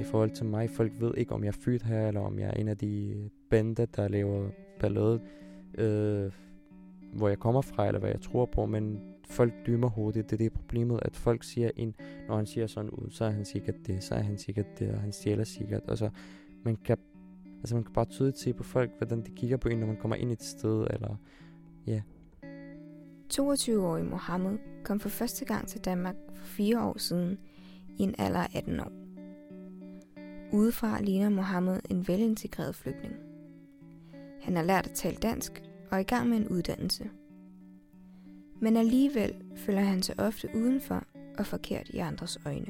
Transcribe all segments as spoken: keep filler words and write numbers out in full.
forhold til mig. Folk ved ikke, om jeg er født her, eller om jeg er en af de bander, der laver ballade, øh, hvor jeg kommer fra, eller hvad jeg tror på, men folk dømmer hurtigt. Det er det problemet, at folk siger ind, når han siger sådan ud, så er han sikkert det, så er han sikkert det, og han stjæler sikkert. Altså, man kan, altså, man kan bare tydeligt se på folk, hvordan de kigger på en, når man kommer ind et sted, eller ja. Yeah. toogtyve-årig Mohammed kom for første gang til Danmark for fire år siden i en alder af atten år. Udefra ligner Mohammed en velintegreret flygtning. Han har lært at tale dansk og er i gang med en uddannelse. Men alligevel føler han sig ofte udenfor og forkert i andres øjne.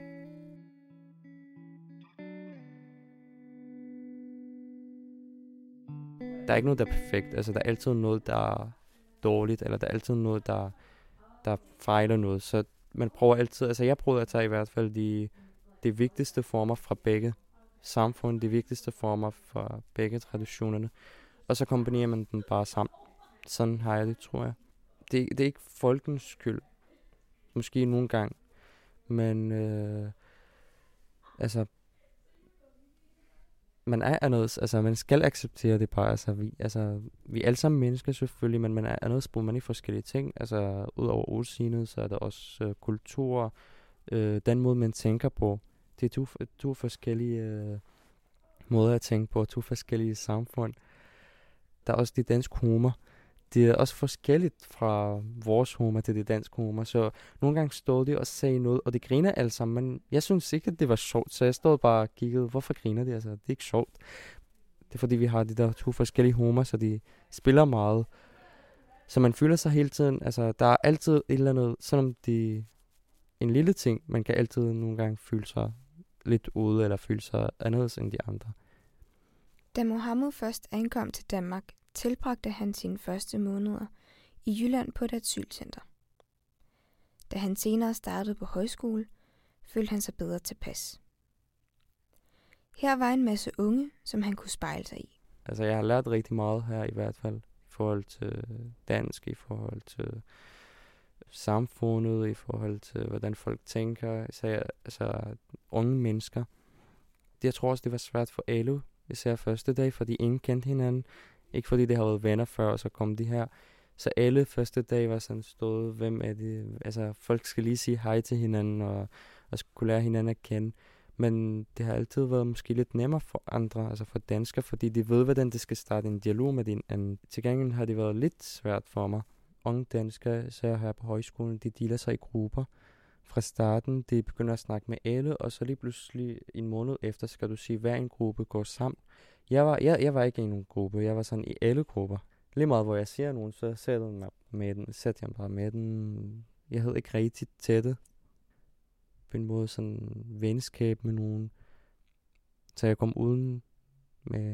Der er ikke noget, der er perfekt. Altså, der er altid noget, der er dårligt, eller der er altid noget, der, der fejler noget. Så man prøver altid, altså jeg prøver at tage i hvert fald de, de vigtigste former fra begge samfund, de vigtigste former fra begge traditionerne, og så kombinerer man dem bare sammen. Sådan har jeg det, tror jeg. Det, det er ikke folkens skyld. Måske nogle gange. Men øh, altså man er anderledes. Altså man skal acceptere det bare. Altså vi, altså, vi er alle sammen mennesker selvfølgelig, men man er anderledes på mange forskellige ting. Altså udover udseendet, så er der også øh, kultur. Øh, den måde man tænker på. Det er to, to forskellige øh, måder at tænke på. To forskellige samfund. Der er også det danske humor. Det er også forskelligt fra vores humor til det danske humor. Så nogle gange stod de og sagde noget, og de griner alle sammen. Men jeg synes ikke, at det var sjovt, så jeg stod bare og kiggede, hvorfor griner de? Altså, det er ikke sjovt. Det er fordi, vi har de der to forskellige humor, så de spiller meget. Så man føler sig hele tiden, altså der er altid et eller andet, selvom det en lille ting, man kan altid nogle gange føle sig lidt ude, eller føle sig anderledes end de andre. Da Mohammed først ankom til Danmark, tilbragte han sine første måneder i Jylland på et asylcenter. Da han senere startede på højskole, følte han sig bedre tilpas. Her var en masse unge, som han kunne spejle sig i. Altså jeg har lært rigtig meget her i hvert fald, i forhold til dansk, i forhold til samfundet, i forhold til hvordan folk tænker, især altså unge mennesker. Det, jeg tror også, det var svært for alle, især første dag, fordi ingen kendte hinanden. Ikke fordi det har været venner før, og så kom de her. Så alle første dag var sådan stået, hvem er det? Altså, folk skal lige sige hej til hinanden, og, og skulle lære hinanden at kende. Men det har altid været måske lidt nemmere for andre, altså for danskere, fordi de ved, hvordan det skal starte en dialog med hinanden. Til gengæld har det været lidt svært for mig. Unge danskere, især her på højskolen, de deler sig i grupper. Fra starten, de begynder at snakke med alle, og så lige pludselig en måned efter, skal du sige, hver en gruppe går sammen. Jeg var, jeg, jeg var ikke i nogen gruppe, jeg var sådan i alle grupper. Lige meget, hvor jeg ser nogen, så sætter jeg mig med den, sætter jeg bare med den. Jeg havde ikke rigtig tætte. På en måde sådan venskab med nogen. Så jeg kom uden med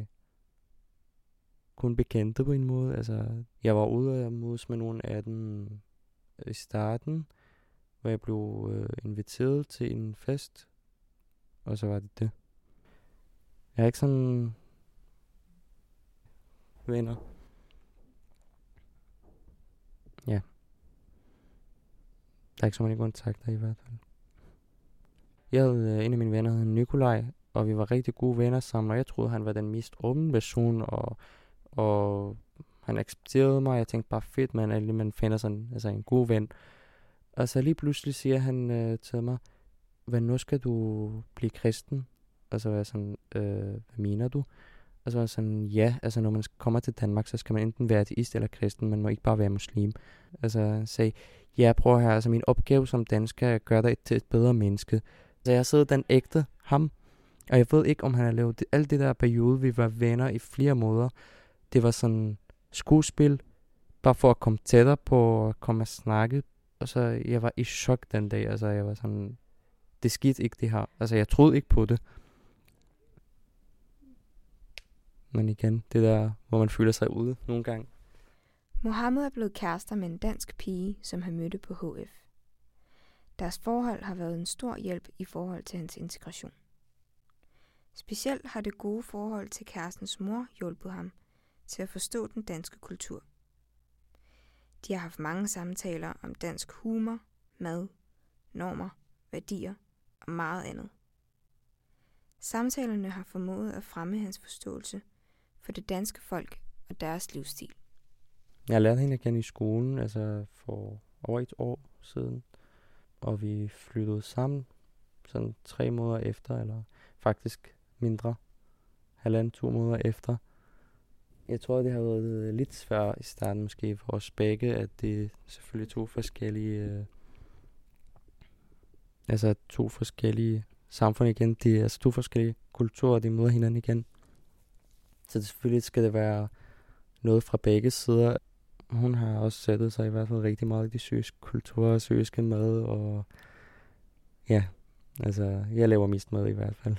kun bekendte på en måde. Altså, jeg var ude og mødes med nogen af dem i starten, hvor jeg blev øh, inviteret til en fest. Og så var det det. Jeg er ikke sådan venner. Ja. Der er ikke så mange kontakter i hvert fald. Jeg havde, en af mine venner hed Nikolaj, og vi var rigtig gode venner sammen, og jeg troede, han var den mest åbne person, og, og han accepterede mig. Jeg tænkte bare, fedt, man, at man finder sådan altså en god ven. Og så lige pludselig siger han øh, til mig, hvad nu skal du blive kristen? Og så var jeg sådan, øh, hvad mener du? Og så var jeg sådan, ja, altså når man kommer til Danmark, så skal man enten være ateist eller kristen, man må ikke bare være muslim. Altså han sagde, ja, prøv her, altså min opgave som dansker er at gøre dig til et bedre menneske. Så jeg sidder den ægte ham, og jeg ved ikke, om han har lavet det, alt det der periode, vi var venner i flere måder. Det var sådan skuespil, bare for at komme tættere på, at komme og snakke. Og så jeg var i chok den dag, altså jeg var sådan, det skete ikke det her. Altså jeg troede ikke på det. Men igen, det der, hvor man føler sig ude nogle gange. Mohammed er blevet kærester med en dansk pige, som han mødte på H F. Deres forhold har været en stor hjælp i forhold til hans integration. Specielt har det gode forhold til kærestens mor hjulpet ham til at forstå den danske kultur. De har haft mange samtaler om dansk humor, mad, normer, værdier og meget andet. Samtalerne har formået at fremme hans forståelse for det danske folk og deres livsstil. Jeg lærte hende igen i skolen, altså for over et år siden. Og vi flyttede sammen sådan tre måneder efter, eller faktisk mindre, halvanden, to måneder efter. Jeg tror, det har været lidt svært i starten måske for os begge, at det er selvfølgelig to forskellige, øh, altså to forskellige samfund igen. Det er altså to forskellige kulturer, de møder hinanden igen. Så det selvfølgelig skal det være noget fra begge sider. Hun har også sættet sig i hvert fald rigtig meget i de syriske kulturer, syriske mad, og ja, altså jeg laver mest mad i hvert fald.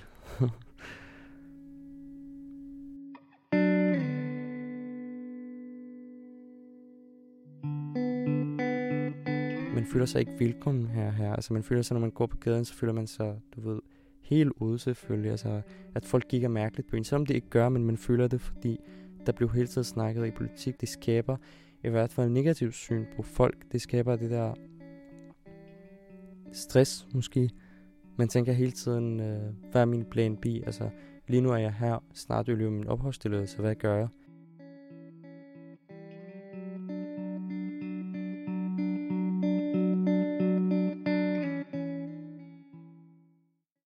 Man føler sig ikke velkommen her, her. Altså man føler sig, når man går på gaden, så føler man sig, du ved, helt ude selvfølgelig. Altså at folk kigger mærkeligt på en, selvom det ikke gør, men man føler det, fordi der blev hele tiden snakket i politik. Det skaber i hvert fald negativt syn på folk. Det skaber det der stress måske. Man tænker hele tiden, øh, hvad er min plan B? Altså lige nu er jeg her, snart øger min opholdstilladelse, hvad gør jeg?